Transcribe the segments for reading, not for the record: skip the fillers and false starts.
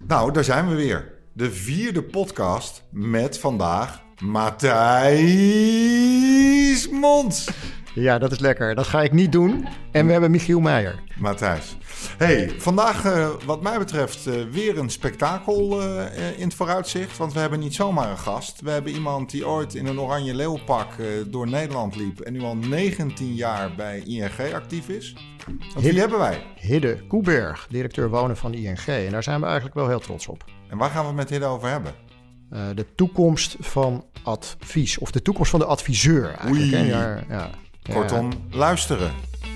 Nou, daar zijn we weer. De 4e podcast met vandaag Matthijs Mons. Ja, dat is lekker. Dat ga ik niet doen. En we hebben Michiel Meijer. Matthijs. Hey, vandaag wat mij betreft weer een spektakel in het vooruitzicht. Want we hebben niet zomaar een gast. We hebben iemand die ooit in een oranje leeuwpak door Nederland liep. En nu al 19 jaar bij ING actief is. Want wie hebben wij? Hidde Koeberg, directeur wonen van ING. En daar zijn we eigenlijk wel heel trots op. En waar gaan we het met Hidde over hebben? De toekomst van advies. Of de toekomst van de adviseur eigenlijk. Oei. Ja. Kortom, luisteren.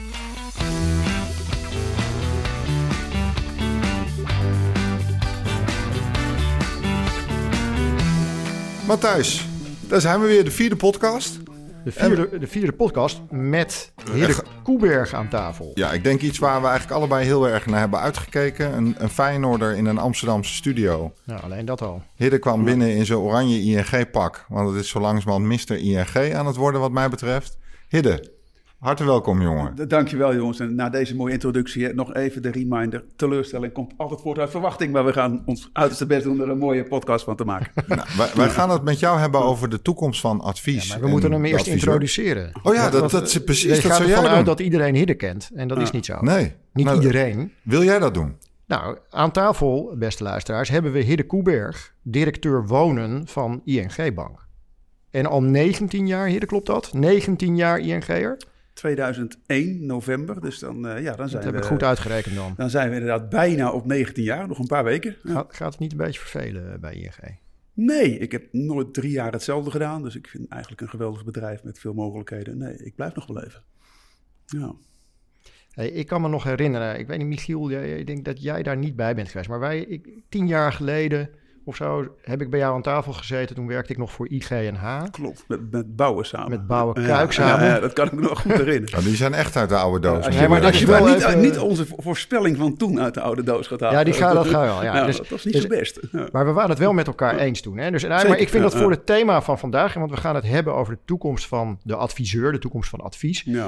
Matthijs, daar zijn we weer, de 4e podcast. De vierde podcast met Hidde Koeberg aan tafel. Ja, ik denk iets waar we eigenlijk allebei heel erg naar hebben uitgekeken. Een Feyenoorder in een Amsterdamse studio. Ja, alleen dat al. Hidde kwam binnen in zijn oranje ING-pak. Want het is zo langzamerhand Mr. ING aan het worden wat mij betreft. Hidde, hartelijk welkom, jongen. Dankjewel, jongens. En na deze mooie introductie nog even de reminder. Teleurstelling komt altijd voort uit verwachting. Maar we gaan ons uiterste best doen er een mooie podcast van te maken. Nou, wij gaan het met jou hebben over de toekomst van advies. Ja, maar we moeten hem eerst introduceren. Oh ja, dat is precies. Je gaat ervan uit dat iedereen Hidde kent. En dat is niet zo. Nee. Niet iedereen. Wil jij dat doen? Nou, aan tafel, beste luisteraars, hebben we Hidde Koeberg, directeur wonen van ING Bank. En al 19 jaar, Hidde, klopt dat? 19 jaar ING'er? 2001, november. Dus dan zijn dat we... Dat heb ik goed uitgerekend dan. Dan zijn we inderdaad bijna op 19 jaar. Nog een paar weken. Ja. Gaat het niet een beetje vervelen bij ING? Nee, ik heb nooit 3 jaar hetzelfde gedaan. Dus ik vind eigenlijk een geweldig bedrijf met veel mogelijkheden. Nee, ik blijf nog wel even. Ja. Hey, ik kan me nog herinneren, ik weet niet, Michiel, ik denk dat jij daar niet bij bent geweest. Maar 10 jaar geleden of zo heb ik bij jou aan tafel gezeten. Toen werkte ik nog voor IG&H. Klopt, met Bouwen samen. Met Bouwen Kuik samen. Ja, dat kan ik me nog goed herinneren. Nou, die zijn echt uit de oude doos. Als je maar niet onze voorspelling van toen uit de oude doos gaat halen. Ja, dat gaat wel. Ja. Dus, dat was niet zo best. Ja. Maar we waren het wel met elkaar eens toen. Hè? Dus, maar ik vind dat voor het thema van vandaag, want we gaan het hebben over de toekomst van de adviseur, de toekomst van advies. Ja.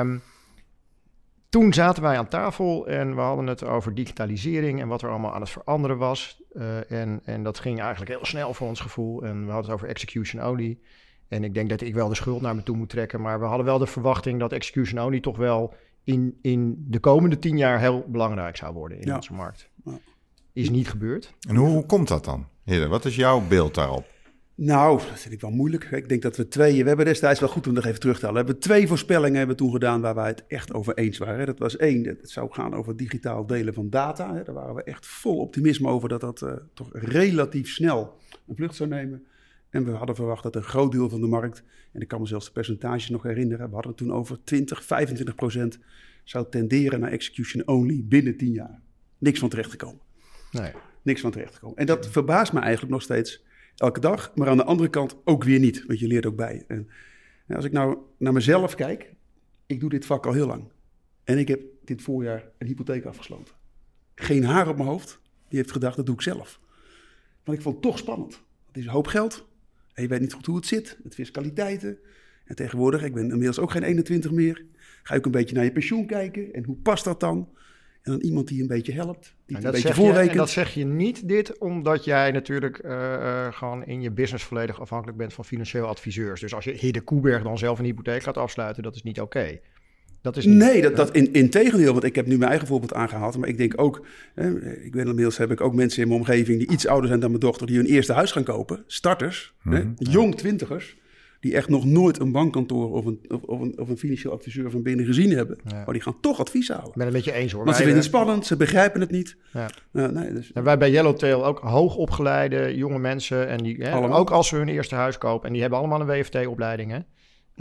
Toen zaten wij aan tafel en we hadden het over digitalisering en wat er allemaal aan het veranderen was. En dat ging eigenlijk heel snel voor ons gevoel. En we hadden het over execution only. En ik denk dat ik wel de schuld naar me toe moet trekken. Maar we hadden wel de verwachting dat execution only toch wel in de komende 10 jaar heel belangrijk zou worden in onze markt. Ja. Is niet gebeurd. En hoe komt dat dan, Hidde? Wat is jouw beeld daarop? Nou, dat vind ik wel moeilijk. Ik denk dat we hebben destijds wel goed om nog even terug te halen. We hebben 2 voorspellingen toen gedaan waar wij het echt over eens waren. Dat was 1, het zou gaan over digitaal delen van data. Daar waren we echt vol optimisme over dat toch relatief snel een vlucht zou nemen. En we hadden verwacht dat een groot deel van de markt, en ik kan me zelfs de percentages nog herinneren, we hadden het toen over 20-25% zou tenderen naar execution only binnen 10 jaar. Niks van terecht te komen. Nee. Niks van terecht te komen. En dat verbaast me eigenlijk nog steeds elke dag, maar aan de andere kant ook weer niet, want je leert ook bij. En als ik nou naar mezelf kijk, ik doe dit vak al heel lang. En ik heb dit voorjaar een hypotheek afgesloten. Geen haar op mijn hoofd, die heeft gedacht, dat doe ik zelf. Want ik vond het toch spannend. Het is een hoop geld en je weet niet goed hoe het zit, met fiscaliteiten. En tegenwoordig, ik ben inmiddels ook geen 21 meer, ga ik een beetje naar je pensioen kijken en hoe past dat dan? En dan iemand die een beetje helpt, die een beetje voorrekent. En dat zeg je niet dit omdat jij natuurlijk gewoon in je business volledig afhankelijk bent van financieel adviseurs. Dus als je Hidde Koeberg dan zelf een hypotheek gaat afsluiten, dat is niet oké. Dat is niet, nee, dat in tegendeel, want ik heb nu mijn eigen voorbeeld aangehaald. Maar ik denk ook, inmiddels heb ik ook mensen in mijn omgeving die iets ouder zijn dan mijn dochter, die hun eerste huis gaan kopen. Starters, jong 20ers. Die echt nog nooit een bankkantoor of een financieel adviseur van binnen gezien hebben. Ja. Maar die gaan toch advies houden. Ik ben het met je eens hoor. Want ze vinden het spannend, ze begrijpen het niet. Ja. Dus... En wij bij Yellowtail ook hoogopgeleide jonge mensen. En die, ook als ze hun eerste huis kopen. En die hebben allemaal een WFT-opleiding. Hè?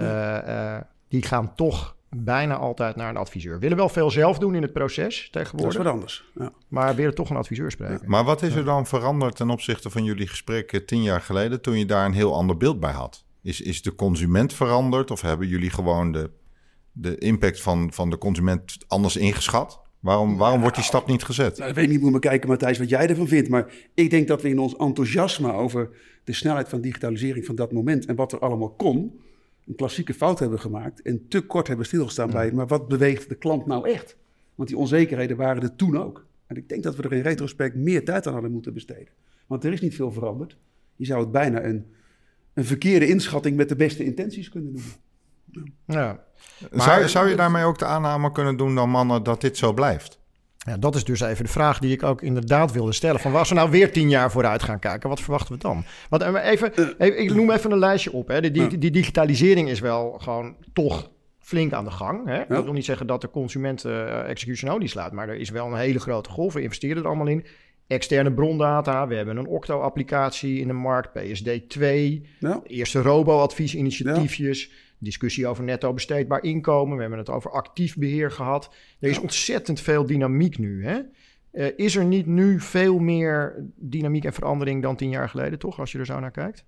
Die gaan toch bijna altijd naar een adviseur. Willen wel veel zelf doen in het proces tegenwoordig. Dat is wat anders. Ja. Maar willen toch een adviseur spreken. Ja. Maar wat is er dan veranderd ten opzichte van jullie gesprekken 10 jaar geleden, toen je daar een heel ander beeld bij had? Is de consument veranderd of hebben jullie gewoon de impact van de consument anders ingeschat? Waarom wordt die stap niet gezet? Nou, ik weet niet, moet maar kijken, Matthijs, wat jij ervan vindt. Maar ik denk dat we in ons enthousiasme over de snelheid van digitalisering van dat moment en wat er allemaal kon, een klassieke fout hebben gemaakt en te kort hebben stilgestaan bij, maar wat beweegt de klant nou echt? Want die onzekerheden waren er toen ook. En ik denk dat we er in retrospect meer tijd aan hadden moeten besteden. Want er is niet veel veranderd. Je zou het bijna een verkeerde inschatting met de beste intenties kunnen doen. Ja. Zou je daarmee ook de aanname kunnen doen dan, mannen, dat dit zo blijft? Ja, dat is dus even de vraag die ik ook inderdaad wilde stellen. Van als we nou weer 10 jaar vooruit gaan kijken, wat verwachten we dan? Want ik noem even een lijstje op. Hè. Die digitalisering is wel gewoon toch flink aan de gang. Hè? Dat wil niet zeggen dat de consument execution only slaat, maar er is wel een hele grote golf. We investeren er allemaal in. Externe brondata, we hebben een Octo-applicatie in de markt, PSD2, eerste robo-adviesinitiatiefjes, discussie over netto besteedbaar inkomen, we hebben het over actief beheer gehad. Er is ontzettend veel dynamiek nu. Hè? Is er niet nu veel meer dynamiek en verandering dan 10 jaar geleden, toch, als je er zo naar kijkt?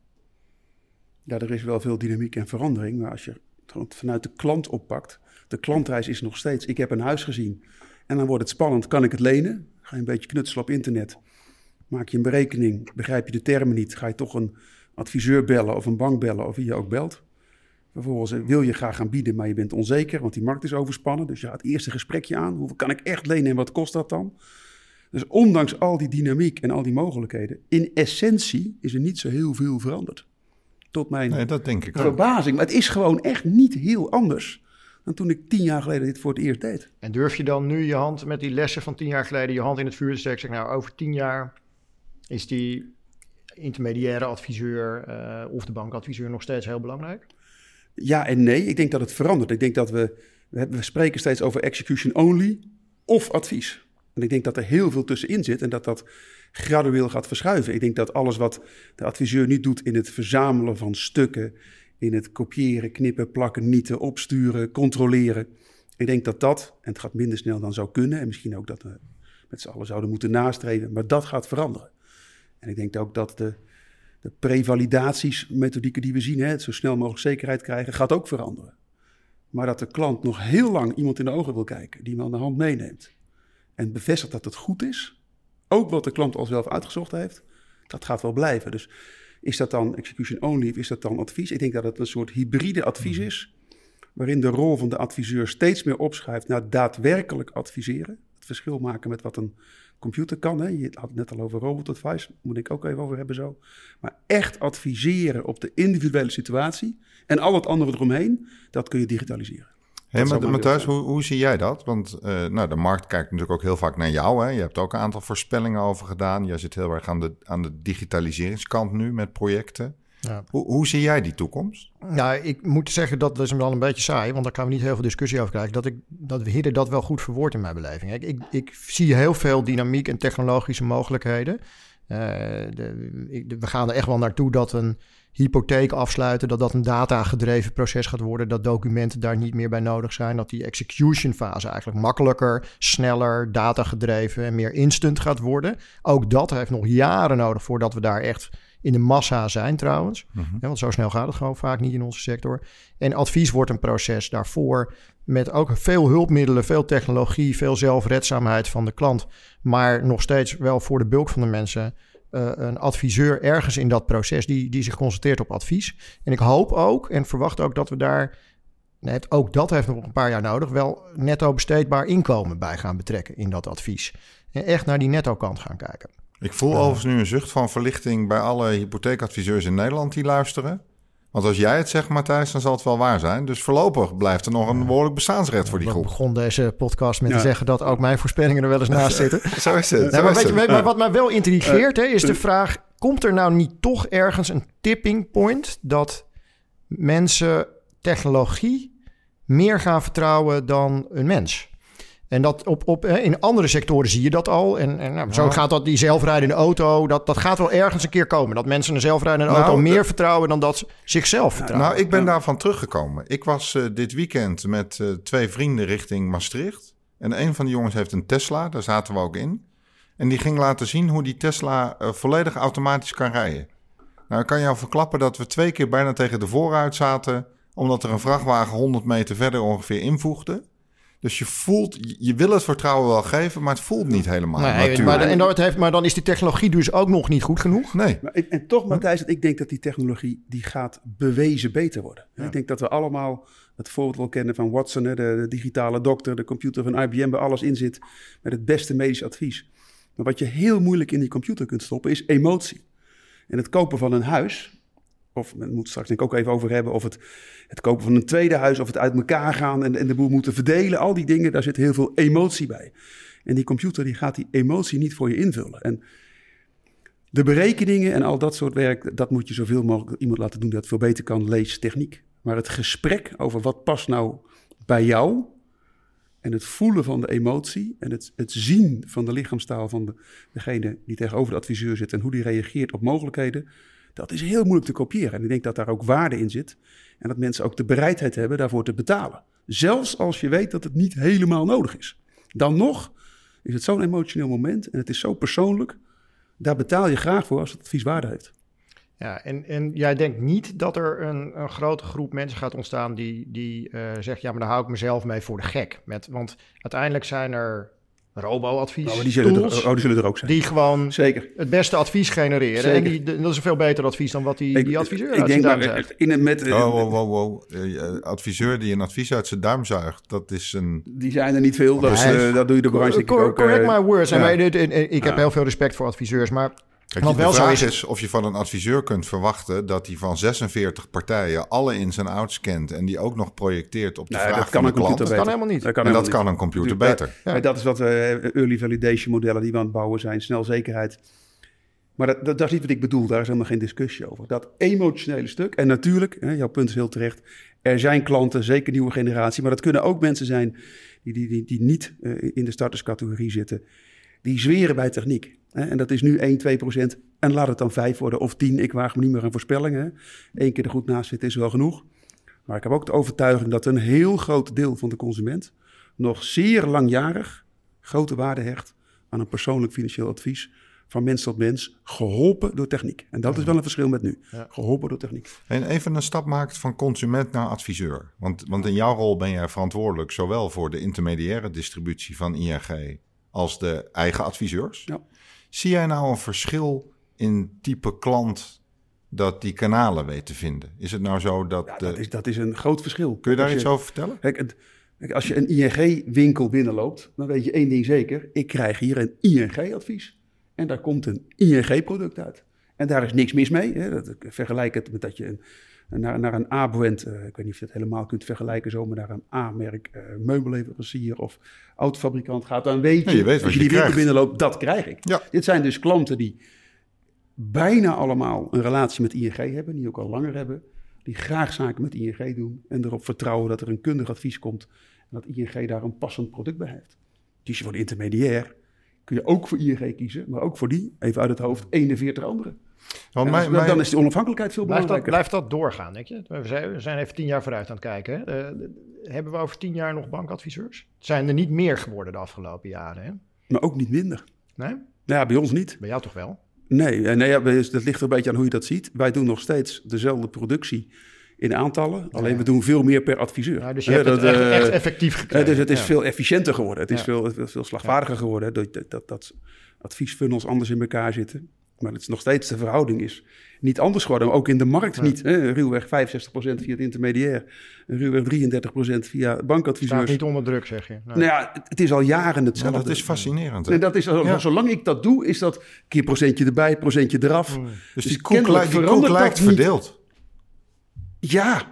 Ja, er is wel veel dynamiek en verandering, maar als je het vanuit de klant oppakt, de klantreis is nog steeds, ik heb een huis gezien en dan wordt het spannend, kan ik het lenen? Ga je een beetje knutselen op internet, maak je een berekening, begrijp je de termen niet, ga je toch een adviseur bellen of een bank bellen of wie je ook belt. Vervolgens wil je graag gaan bieden, maar je bent onzeker, want die markt is overspannen. Dus je gaat eerst een gesprekje aan, hoeveel kan ik echt lenen en wat kost dat dan? Dus ondanks al die dynamiek en al die mogelijkheden, in essentie is er niet zo heel veel veranderd. Tot mijn dat denk ik verbazing. Maar het is gewoon echt niet heel anders dan toen ik 10 jaar geleden dit voor het eerst deed. En durf je dan nu je hand met die lessen van 10 jaar geleden, je hand in het vuur te steken? Zeg, nou, over 10 jaar is die intermediaire adviseur of de bankadviseur nog steeds heel belangrijk? Ja en nee. Ik denk dat het verandert. Ik denk dat we spreken steeds over execution only of advies. En ik denk dat er heel veel tussenin zit en dat gradueel gaat verschuiven. Ik denk dat alles wat de adviseur nu doet in het verzamelen van stukken, in het kopiëren, knippen, plakken, nieten, opsturen, controleren. Ik denk dat, en het gaat minder snel dan zou kunnen, en misschien ook dat we met z'n allen zouden moeten nastreven, maar dat gaat veranderen. En ik denk ook dat de prevalidatiesmethodieken die we zien, het zo snel mogelijk zekerheid krijgen, gaat ook veranderen. Maar dat de klant nog heel lang iemand in de ogen wil kijken, die hem aan de hand meeneemt en bevestigt dat het goed is, ook wat de klant al zelf uitgezocht heeft, dat gaat wel blijven. Dus is dat dan execution only of is dat dan advies? Ik denk dat het een soort hybride advies is, waarin de rol van de adviseur steeds meer opschuift naar daadwerkelijk adviseren. Het verschil maken met wat een computer kan. Hè? Je had het net al over robot advice, moet ik ook even over hebben zo. Maar echt adviseren op de individuele situatie en al het andere eromheen, dat kun je digitaliseren. Hey, Matthijs, hoe zie jij dat? Want de markt kijkt natuurlijk ook heel vaak naar jou. Hè? Je hebt ook een aantal voorspellingen over gedaan. Jij zit heel erg aan de digitaliseringskant nu met projecten. Ja. Hoe zie jij die toekomst? Nou, ik moet zeggen, dat is wel een beetje saai, want daar gaan we niet heel veel discussie over krijgen. Dat Hidde dat wel goed verwoordt in mijn beleving. Ik zie heel veel dynamiek en technologische mogelijkheden. We gaan er echt wel naartoe dat een hypotheek afsluiten, dat een datagedreven proces gaat worden, dat documenten daar niet meer bij nodig zijn, dat die execution fase eigenlijk makkelijker, sneller, datagedreven en meer instant gaat worden. Ook dat heeft nog jaren nodig voordat we daar echt in de massa zijn trouwens. Mm-hmm. Ja, want zo snel gaat het gewoon vaak niet in onze sector. En advies wordt een proces daarvoor met ook veel hulpmiddelen, veel technologie, veel zelfredzaamheid van de klant, maar nog steeds wel voor de bulk van de mensen een adviseur ergens in dat proces die zich concentreert op advies. En ik hoop ook en verwacht ook dat we daar, ook dat heeft nog een paar jaar nodig, wel netto besteedbaar inkomen bij gaan betrekken in dat advies. En echt naar die netto kant gaan kijken. Ik voel overigens nu een zucht van verlichting bij alle hypotheekadviseurs in Nederland die luisteren. Want als jij het zegt, Matthijs, dan zal het wel waar zijn. Dus voorlopig blijft er nog een behoorlijk bestaansrecht voor die groep. Ik begon deze podcast met te zeggen dat ook mijn voorspellingen er wel eens naast zitten. Zo is het. Maar wat mij wel intrigeert, is de vraag, komt er nou niet toch ergens een tipping point dat mensen technologie meer gaan vertrouwen dan een mens? En dat in andere sectoren zie je dat al. En zo gaat dat, die zelfrijdende auto, dat gaat wel ergens een keer komen. Dat mensen een zelfrijdende auto meer vertrouwen dan dat ze zichzelf vertrouwen. Nou, ik ben daarvan teruggekomen. Ik was dit weekend met 2 vrienden richting Maastricht. En een van die jongens heeft een Tesla, daar zaten we ook in. En die ging laten zien hoe die Tesla volledig automatisch kan rijden. Nou, ik kan jou verklappen dat we 2 keer bijna tegen de voorruit zaten, omdat er een vrachtwagen 100 meter verder ongeveer invoegde. Dus je voelt, je wil het vertrouwen wel geven, maar het voelt niet helemaal natuurlijk. Maar dan is die technologie dus ook nog niet goed genoeg? Nee. En toch, Matthijs, ik denk dat die technologie die gaat bewezen beter worden. Ja. Ik denk dat we allemaal het voorbeeld wel kennen van Watson, de digitale dokter, de computer van IBM, waar alles in zit met het beste medisch advies. Maar wat je heel moeilijk in die computer kunt stoppen, is emotie. En het kopen van een huis, of men moet straks denk ik ook even over hebben, of het kopen van een tweede huis, of het uit elkaar gaan en de boel moeten verdelen, al die dingen, daar zit heel veel emotie bij. En die computer die gaat die emotie niet voor je invullen. En de berekeningen en al dat soort werk, dat moet je zoveel mogelijk iemand laten doen die dat veel beter kan, lees techniek. Maar het gesprek over wat past nou bij jou en het voelen van de emotie en het zien van de lichaamstaal van degene die tegenover de adviseur zit en hoe die reageert op mogelijkheden, dat is heel moeilijk te kopiëren. En ik denk dat daar ook waarde in zit en dat mensen ook de bereidheid hebben daarvoor te betalen. Zelfs als je weet dat het niet helemaal nodig is. Dan nog is het zo'n emotioneel moment en het is zo persoonlijk. Daar betaal je graag voor als het advies waarde heeft. Ja, en jij denkt niet dat er een grote groep mensen gaat ontstaan die zegt, ja, maar daar hou ik mezelf mee voor de gek. Want uiteindelijk zijn er robo-advies die zullen er ook zijn. Die gewoon Zeker. het beste advies genereren. Zeker. En dat is een veel beter advies dan wat die adviseur uit zijn duim zuigt. Adviseur die een advies uit zijn duim zuigt, dat is een... Die zijn er niet veel, dat doe je de branche ook. Correct my words. Ja. Ik heb heel veel respect voor adviseurs, maar... Kijk, de vraag is of je van een adviseur kunt verwachten dat hij van 46 partijen alle ins en outs kent en die ook nog projecteert op de vraag van de klant. Dat kan helemaal niet. Dat kan een computer beter. Ja. Dat is wat early validation modellen die we aan het bouwen zijn, snel zekerheid. Maar dat is niet wat ik bedoel, daar is helemaal geen discussie over. Dat emotionele stuk, en natuurlijk, jouw punt is heel terecht, er zijn klanten, zeker nieuwe generatie, maar dat kunnen ook mensen zijn die niet in de starterscategorie zitten. Die zweren bij techniek. En dat is nu 1-2% en laat het dan 5 worden of 10. Ik waag me niet meer aan voorspellingen. 1 keer er goed naast zitten is wel genoeg. Maar ik heb ook de overtuiging dat een heel groot deel van de consument nog zeer langjarig grote waarde hecht aan een persoonlijk financieel advies van mens tot mens, geholpen door techniek. En dat is wel een verschil met nu. Ja. Geholpen door techniek. En even een stap maakt van consument naar adviseur. Want in jouw rol ben jij verantwoordelijk zowel voor de intermediaire distributie van ING als de eigen adviseurs. Ja. Zie jij nou een verschil in type klant dat die kanalen weet te vinden? Is het nou zo dat... Ja, dat is een groot verschil. Kun je daar iets over vertellen? Kijk, als je een ING-winkel binnenloopt, dan weet je één ding zeker. Ik krijg hier een ING-advies. En daar komt een ING-product uit. En daar is niks mis mee. Hè. Vergelijk het met dat je naar een A-brand, ik weet niet of je het helemaal kunt vergelijken, zomaar naar een A-merk meubelleverancier of autofabrikant gaat, dan weet je, als je die winkel binnenloopt, dat krijg ik. Ja. Dit zijn dus klanten die bijna allemaal een relatie met ING hebben, die ook al langer hebben, die graag zaken met ING doen en erop vertrouwen dat er een kundig advies komt en dat ING daar een passend product bij heeft. Kies je voor de intermediair, kun je ook voor ING kiezen, maar ook voor die, even uit het hoofd, 41 andere. Dan is die onafhankelijkheid veel belangrijker. Blijft dat doorgaan, denk je? We zijn even 10 jaar vooruit aan het kijken. Hè? Hebben we over 10 jaar nog bankadviseurs? Het zijn er niet meer geworden de afgelopen jaren, hè? Maar ook niet minder. Nee? Ja, bij ons niet. Bij jou toch wel? Nee, dat ligt er een beetje aan hoe je dat ziet. Wij doen nog steeds dezelfde productie in aantallen. Alleen we doen veel meer per adviseur. Ja, dus je hebt het echt effectief gekregen. Dus het is veel efficiënter geworden. Het is veel slagvaardiger geworden. Dat adviesfunnels anders in elkaar zitten. Maar het is nog steeds, de verhouding is niet anders geworden. Maar ook in de markt niet. Ruwweg 65% via het intermediair. Ruwweg 33% via bankadviseurs. Staat niet onder druk, zeg je. Nee. Nou ja, het is al jaren hetzelfde. Ja, dat is fascinerend. En dat is zolang ik dat doe, is dat keer procentje erbij, procentje eraf. Dus die koek lijkt verdeeld. Ja,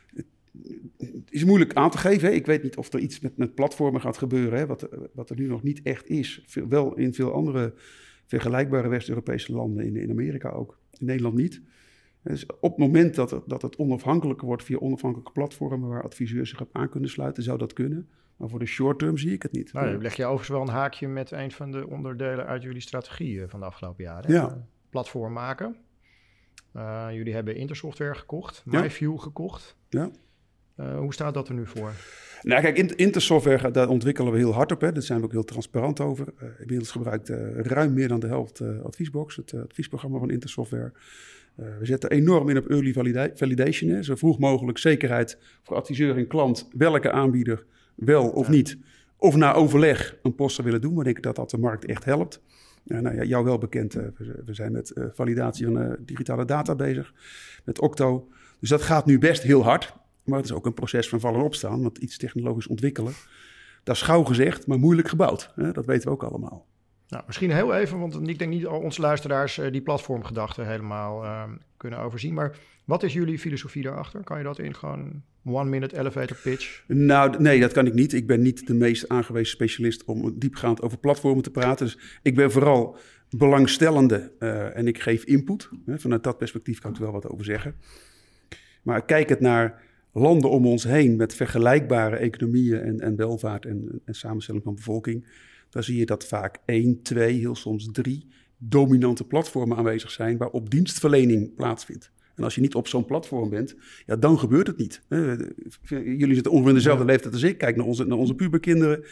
het is moeilijk aan te geven. Hè. Ik weet niet of er iets met platformen gaat gebeuren. Hè, wat er nu nog niet echt is. Wel in veel andere vergelijkbare West-Europese landen, in Amerika ook. In Nederland niet. Dus op het moment dat het onafhankelijker wordt via onafhankelijke platformen waar adviseurs zich op aan kunnen sluiten, zou dat kunnen. Maar voor de short term zie ik het niet. Nou, leg je overigens wel een haakje met een van de onderdelen uit jullie strategie van de afgelopen jaren. Ja. Platform maken. Jullie hebben Intersoftware gekocht, MyView gekocht. Ja. Hoe staat dat er nu voor? Nou kijk, Intersoftware, daar ontwikkelen we heel hard op. Hè. Daar zijn we ook heel transparant over. Inmiddels gebruikt ruim meer dan de helft Adviesbox, het adviesprogramma van Intersoftware. We zetten enorm in op early validation. Hè. Zo vroeg mogelijk zekerheid voor adviseur en klant. Welke aanbieder wel of niet, of na overleg een post zou willen doen. Maar ik denk dat de markt echt helpt. Jou wel bekend, we zijn met validatie van digitale data bezig. Met Octo. Dus dat gaat nu best heel hard. Maar het is ook een proces van vallen en opstaan. Want iets technologisch ontwikkelen, dat is gauw gezegd, maar moeilijk gebouwd. Hè? Dat weten we ook allemaal. Nou, misschien heel even, want ik denk niet al onze luisteraars die platformgedachten helemaal kunnen overzien. Maar wat is jullie filosofie daarachter? Kan je dat in gewoon 1-minute elevator pitch? Nou, nee, dat kan ik niet. Ik ben niet de meest aangewezen specialist om diepgaand over platformen te praten. Dus ik ben vooral belangstellende en ik geef input. Vanuit dat perspectief kan ik er wel wat over zeggen. Maar kijk het naar landen om ons heen met vergelijkbare economieën en welvaart en samenstelling van bevolking. Dan zie je dat vaak 1, 2, heel soms 3 dominante platformen aanwezig zijn waarop dienstverlening plaatsvindt. En als je niet op zo'n platform bent, ja, dan gebeurt het niet. Jullie zitten ongeveer in dezelfde leeftijd als ik. Kijk naar onze puberkinderen.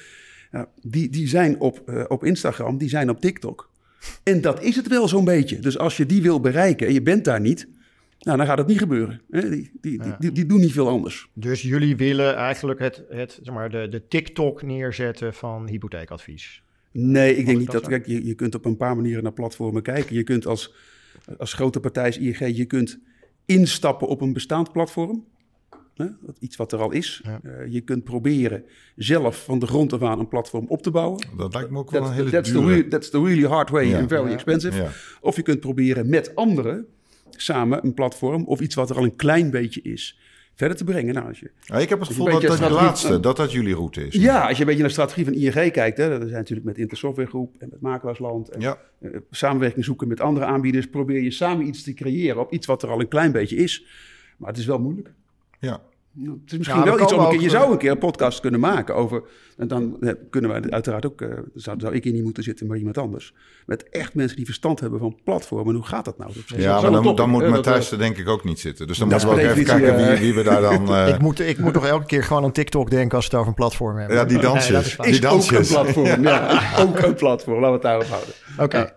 Die zijn op Instagram, die zijn op TikTok. En dat is het wel zo'n beetje. Dus als je die wil bereiken en je bent daar niet, nou, dan gaat het niet gebeuren. Die doen niet veel anders. Dus jullie willen eigenlijk de TikTok neerzetten van hypotheekadvies? Nee, ik denk niet dat... Kijk, je kunt op een paar manieren naar platformen kijken. Je kunt als grote partij als ING, je kunt instappen op een bestaand platform. Iets wat er al is. Ja. Je kunt proberen zelf van de grond af aan een platform op te bouwen. Dat lijkt me ook wel een hele dure. That's the really hard way and very expensive. Ja. Of je kunt proberen met anderen samen een platform of iets wat er al een klein beetje is verder te brengen. Nou, ik heb het gevoel dat jullie route is. Ja, als je een beetje naar de strategie van ING kijkt. We zijn natuurlijk met Intersoftware Groep en met Makelaarsland. En samenwerking zoeken met andere aanbieders. Probeer je samen iets te creëren op iets wat er al een klein beetje is. Maar het is wel moeilijk. Ja. Het is misschien wel iets om je zou een keer een podcast kunnen maken over. En dan kunnen we uiteraard ook. Zou ik hier niet moeten zitten, maar iemand anders. Met echt mensen die verstand hebben van platformen. Hoe gaat dat nou? Ja, maar dan moet Matthijs er denk ik ook niet zitten. Dus dan moeten we ook even kijken wie we daar dan. Ik moet toch elke keer gewoon aan TikTok denken als we het over een platform hebben. Ja, die dansjes. Nee, die dansjes. Ook een platform. Ja, ook een platform. Laten we het daarop houden. Oké.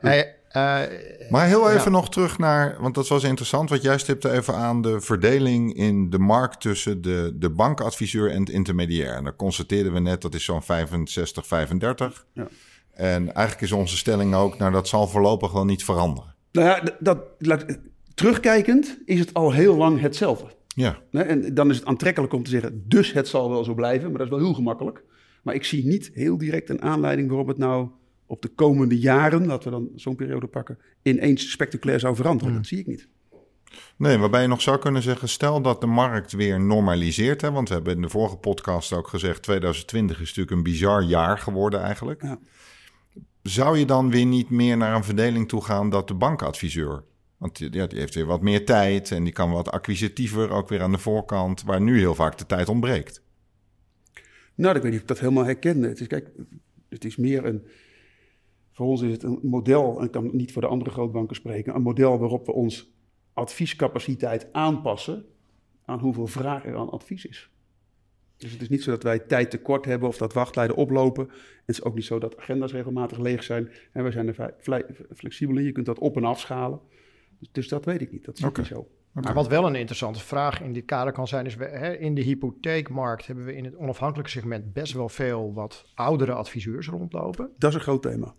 Maar heel even nog terug naar, want dat was interessant, wat jij stipte even aan de verdeling in de markt tussen de bankadviseur en het intermediair. En daar constateerden we net, dat is zo'n 65-35. Ja. En eigenlijk is onze stelling ook, nou dat zal voorlopig wel niet veranderen. Nou ja, terugkijkend is het al heel lang hetzelfde. Ja. En dan is het aantrekkelijk om te zeggen, dus het zal wel zo blijven, maar dat is wel heel gemakkelijk. Maar ik zie niet heel direct een aanleiding waarom het nou op de komende jaren, laten we dan zo'n periode pakken, ineens spectaculair zou veranderen. Dat zie ik niet. Nee, waarbij je nog zou kunnen zeggen, stel dat de markt weer normaliseert. Hè, want we hebben in de vorige podcast ook gezegd, 2020 is natuurlijk een bizar jaar geworden eigenlijk. Ja. Zou je dan weer niet meer naar een verdeling toe gaan dat de bankadviseur, want die heeft weer wat meer tijd en die kan wat acquisitiever ook weer aan de voorkant, waar nu heel vaak de tijd ontbreekt? Nou, ik weet niet of ik dat helemaal herkende. Het is meer een... Voor ons is het een model, en ik kan niet voor de andere grootbanken spreken, een model waarop we ons adviescapaciteit aanpassen aan hoeveel vraag er aan advies is. Dus het is niet zo dat wij tijd tekort hebben of dat wachtlijnen oplopen. Het is ook niet zo dat agenda's regelmatig leeg zijn. En we zijn er flexibel in, je kunt dat op- en afschalen. Dus dat weet ik niet, dat is niet zo. Maar wat wel een interessante vraag in dit kader kan zijn, is in de hypotheekmarkt hebben we in het onafhankelijke segment best wel veel wat oudere adviseurs rondlopen. Dat is een groot thema.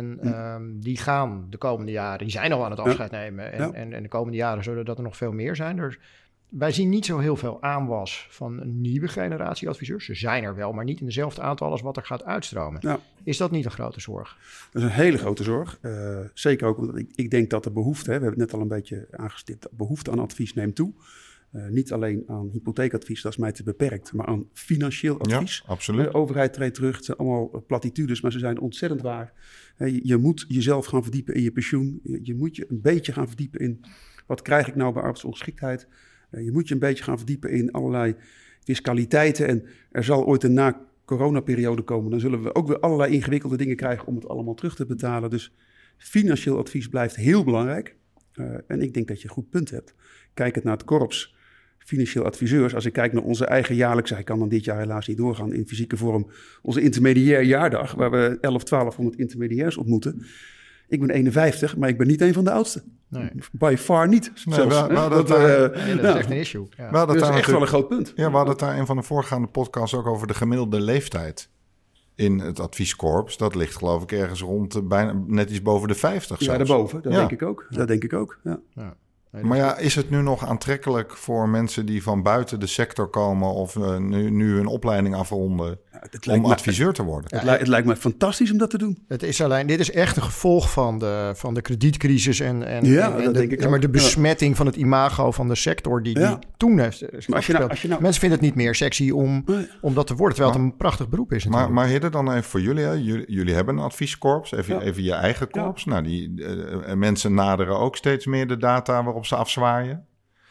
En die gaan de komende jaren, die zijn al aan het afscheid nemen. En de komende jaren zullen dat er nog veel meer zijn. Dus wij zien niet zo heel veel aanwas van een nieuwe generatie adviseurs. Ze zijn er wel, maar niet in dezelfde aantal als wat er gaat uitstromen. Ja. Is dat niet een grote zorg? Dat is een hele grote zorg. Zeker ook omdat ik denk dat de behoefte, we hebben het net al een beetje aangestipt, de behoefte aan advies neemt toe. Niet alleen aan hypotheekadvies, dat is mij te beperkt, maar aan financieel advies. Ja, absoluut. De overheid treedt terug, het zijn allemaal platitudes, maar ze zijn ontzettend waar. Je moet jezelf gaan verdiepen in je pensioen. Je moet je een beetje gaan verdiepen in, wat krijg ik nou bij arbeidsongeschiktheid? Je moet je een beetje gaan verdiepen in allerlei fiscaliteiten. En er zal ooit een na-corona-periode komen. Dan zullen we ook weer allerlei ingewikkelde dingen krijgen om het allemaal terug te betalen. Dus financieel advies blijft heel belangrijk. En ik denk dat je een goed punt hebt. Kijk het naar het korps financieel adviseurs. Als ik kijk naar onze eigen jaarlijkse, hij kan dan dit jaar helaas niet doorgaan in fysieke vorm, onze intermediair jaardag, waar we 1200 intermediairs ontmoeten. Ik ben 51, maar ik ben niet een van de oudste. Nee. By far niet. Nee, dat is echt een issue. Ja. Dat is echt wel een groot punt. Ja, we hadden het daar een van de voorgaande podcasts ook over de gemiddelde leeftijd in het advieskorps. Dat ligt geloof ik ergens rond bijna net iets boven de 50 zelfs. Ja, daarboven. Dat denk ik ook. Dat denk ik ook, ja. Maar ja, is het nu nog aantrekkelijk voor mensen die van buiten de sector komen of nu een opleiding afronden? om adviseur te worden. Het lijkt me fantastisch om dat te doen. Dit is echt een gevolg van de kredietcrisis en de besmetting van het imago van de sector die toen heeft afgespeeld. Mensen vinden het niet meer sexy om dat te worden, terwijl het een prachtig beroep is. Maar Hidde, dan even voor jullie. Hè. Jullie hebben een advieskorps, even je eigen korps. Ja. Nou, mensen naderen ook steeds meer de data waarop ze afzwaaien.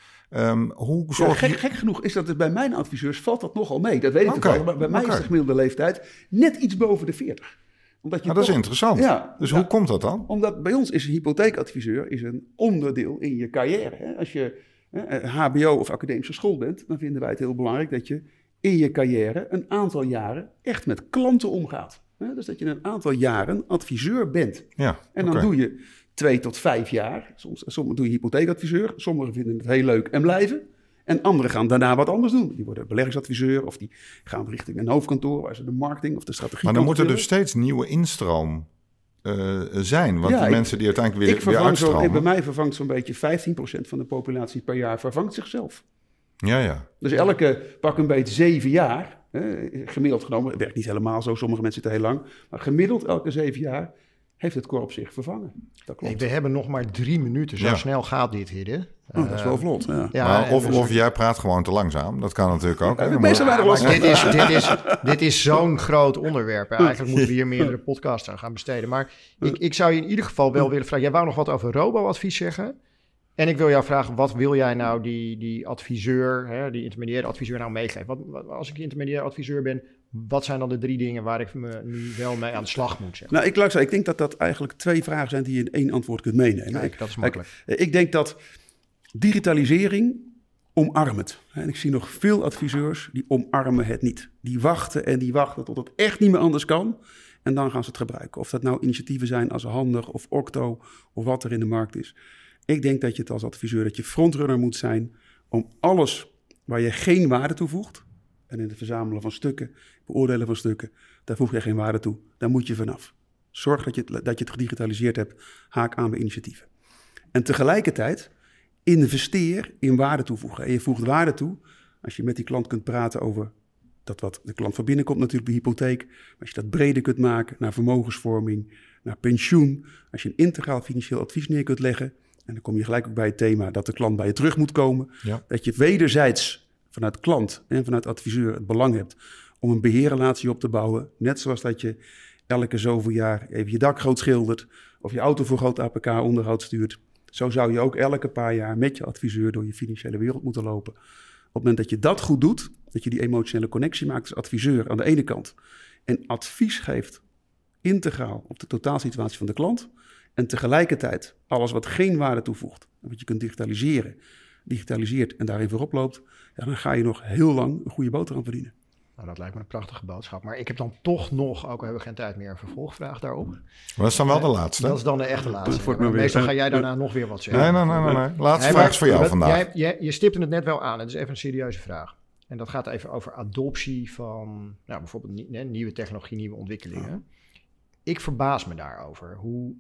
Gek genoeg is dat bij mijn adviseurs valt dat nogal mee. Dat weet ik toevallig, maar bij mij is de gemiddelde leeftijd net iets boven de 40. Dat is interessant. Ja, dus hoe komt dat dan? Omdat bij ons is een hypotheekadviseur een onderdeel in je carrière. Hè? Als je HBO of academische school bent, dan vinden wij het heel belangrijk dat je in je carrière een aantal jaren echt met klanten omgaat. Dus dat je een aantal jaren adviseur bent. Ja, en dan doe je 2 tot 5 jaar. Soms doe je hypotheekadviseur. Sommigen vinden het heel leuk en blijven. En anderen gaan daarna wat anders doen. Die worden beleggingsadviseur of die gaan richting een hoofdkantoor waar ze de marketing of de strategie. Maar dan moet er dus steeds nieuwe instroom zijn. Want de mensen die uiteindelijk weer uitstromen. Bij mij vervangt zo'n beetje 15% van de populatie per jaar vervangt zichzelf. Ja. Dus pak een beetje 7 jaar. Gemiddeld genomen, het werkt niet helemaal zo. Sommige mensen zitten heel lang. Maar gemiddeld elke 7 jaar heeft het korps zich vervangen. Dat klopt. We hebben nog maar 3 minuten. Zo snel gaat dit, Hidde. Dat is wel vlot. Maar of jij praat gewoon te langzaam. Dat kan natuurlijk ook. Dit is zo'n groot onderwerp. Eigenlijk moeten we hier meerdere podcasts aan gaan besteden. Maar ik zou je in ieder geval wel willen vragen. Jij wou nog wat over robo-advies zeggen. En ik wil jou vragen, wat wil jij nou die adviseur, die intermediaire adviseur nou meegeven? Als ik intermediaire adviseur ben, wat zijn dan de 3 dingen waar ik me nu wel mee aan de slag moet zetten? Nou, ik denk dat eigenlijk 2 vragen zijn die je in 1 antwoord kunt meenemen. Kijk, dat is makkelijk. Ik denk dat digitalisering omarmt. En ik zie nog veel adviseurs die omarmen het niet. Die wachten tot het echt niet meer anders kan. En dan gaan ze het gebruiken. Of dat nou initiatieven zijn als Handig of Octo of wat er in de markt is. Ik denk dat je het als adviseur, dat je frontrunner moet zijn om alles waar je geen waarde toevoegt. En in het verzamelen van stukken, beoordelen van stukken, daar voeg je geen waarde toe. Daar moet je vanaf. Zorg dat je het gedigitaliseerd hebt. Haak aan bij initiatieven. En tegelijkertijd investeer in waarde toevoegen. En je voegt waarde toe als je met die klant kunt praten over dat wat de klant van binnen komt natuurlijk bij hypotheek. Maar als je dat breder kunt maken naar vermogensvorming, naar pensioen. Als je een integraal financieel advies neer kunt leggen. En dan kom je gelijk ook bij het thema dat de klant bij je terug moet komen. Ja. Dat je wederzijds vanuit klant en vanuit adviseur het belang hebt om een beheerrelatie op te bouwen. Net zoals dat je elke zoveel jaar even je dak groot schildert of je auto voor groot APK onderhoud stuurt. Zo zou je ook elke paar jaar met je adviseur door je financiële wereld moeten lopen. Op het moment dat je dat goed doet, dat je die emotionele connectie maakt als adviseur aan de ene kant en advies geeft integraal op de totaalsituatie van de klant. En tegelijkertijd alles wat geen waarde toevoegt, wat je kunt digitaliseert en daarin voorop loopt, dan ga je nog heel lang een goede boterham verdienen. Nou, dat lijkt me een prachtige boodschap. Maar ik heb dan toch nog, ook hebben we geen tijd meer, een vervolgvraag daarop. Maar dat is dan wel de laatste. Dat is dan de echte laatste. Meestal ga jij daarna nog weer wat zeggen. Nee. Laatste vraag is voor jou vandaag. Je stipte het net wel aan. Het is even een serieuze vraag. En dat gaat even over adoptie van bijvoorbeeld nieuwe technologie, nieuwe ontwikkelingen. Ja. Ik verbaas me daarover.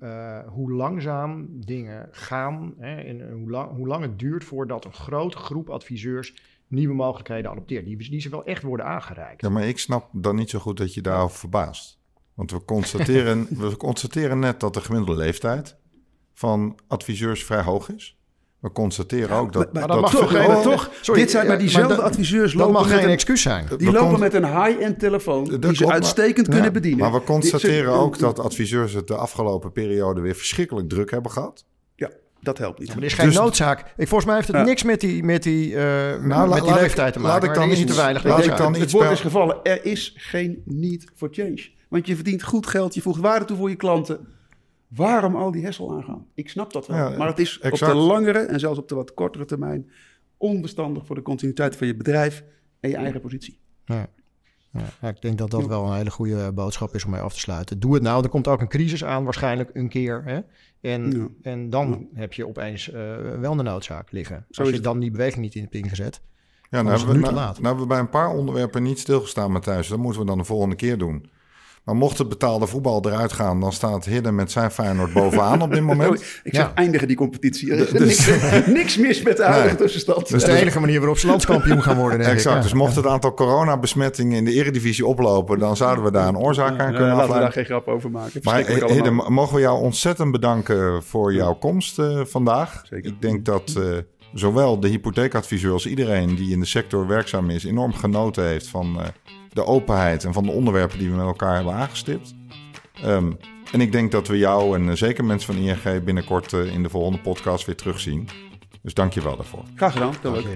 Hoe langzaam dingen gaan. En hoe lang het duurt voordat een grote groep adviseurs nieuwe mogelijkheden adopteert. Die ze wel echt worden aangereikt. Ja, maar ik snap dan niet zo goed dat je daarover verbaast. Want we constateren net dat de gemiddelde leeftijd van adviseurs vrij hoog is. We constateren ook dat... Maar dat mag toch? Sorry, dit zijn maar diezelfde adviseurs lopen... Dat mag geen excuus zijn. Die lopen met een high-end telefoon die ze uitstekend kunnen bedienen. Maar we constateren ook dat adviseurs het de afgelopen periode weer verschrikkelijk druk hebben gehad. Ja, dat helpt niet. Ja, maar er is geen noodzaak. Volgens mij heeft het niks met die leeftijd te maken. Het woord is gevallen. Er is geen need for change. Want je verdient goed geld, je voegt waarde toe voor je klanten. Waarom al die hessel aangaan? Ik snap dat wel. Ja, maar het is op de langere en zelfs op de wat kortere termijn onbestandig voor de continuïteit van je bedrijf en je eigen positie. Ja, ik denk dat dat wel een hele goede boodschap is om mee af te sluiten. Doe het nou. Er komt ook een crisis aan waarschijnlijk een keer. Hè? En dan heb je opeens wel de noodzaak liggen. Als je dan die beweging niet in het ping gezet. Ja, nou hebben we bij een paar onderwerpen niet stilgestaan, Matthijs. Dat moeten we dan de volgende keer doen. Maar mocht het betaalde voetbal eruit gaan, dan staat Hidden met zijn Feyenoord bovenaan op dit moment. Ik zeg eindigen die competitie. Er is niks mis met de huidige tussenstand. Dat is de enige manier waarop ze landskampioen gaan worden, denk exact, ik. Dus mocht het aantal coronabesmettingen in de Eredivisie oplopen, dan zouden we daar een oorzaak aan kunnen Laten we afleiden. daar geen grap over maken. Maar Hidden, mogen we jou ontzettend bedanken voor jouw komst vandaag. Zeker. Ik denk dat zowel de hypotheekadviseur als iedereen die in de sector werkzaam is enorm genoten heeft van de openheid en van de onderwerpen die we met elkaar hebben aangestipt. En ik denk dat we jou en zeker mensen van ING binnenkort in de volgende podcast weer terugzien. Dus dank je wel daarvoor. Graag gedaan. Heel leuk.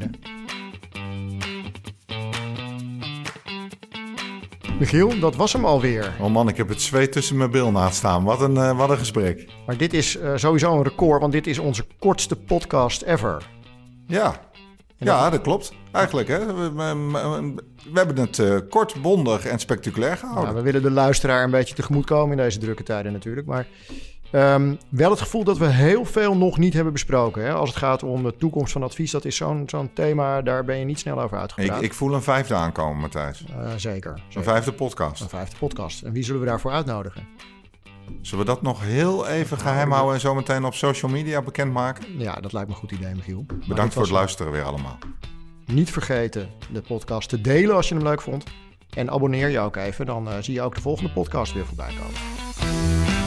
Michiel, dat was hem alweer. Oh man, ik heb het zweet tussen mijn bilnaad staan. Wat een gesprek. Maar dit is sowieso een record, want dit is onze kortste podcast ever. Ja, dat klopt. Eigenlijk, hè. We hebben het kort, bondig en spectaculair gehouden. Nou, we willen de luisteraar een beetje tegemoetkomen in deze drukke tijden natuurlijk. Maar wel het gevoel dat we heel veel nog niet hebben besproken. Hè? Als het gaat om de toekomst van advies, dat is zo'n thema, daar ben je niet snel over uitgepraat. Ik voel een 5e aankomen, Matthijs. Zeker. Een 5e podcast. Een 5e podcast. En wie zullen we daarvoor uitnodigen? Zullen we dat nog heel even geheim houden en zo meteen op social media bekendmaken? Ja, dat lijkt me een goed idee, Michiel. Bedankt voor het luisteren weer allemaal. Niet vergeten de podcast te delen als je hem leuk vond. En abonneer je ook even, dan zie je ook de volgende podcast weer voorbij komen.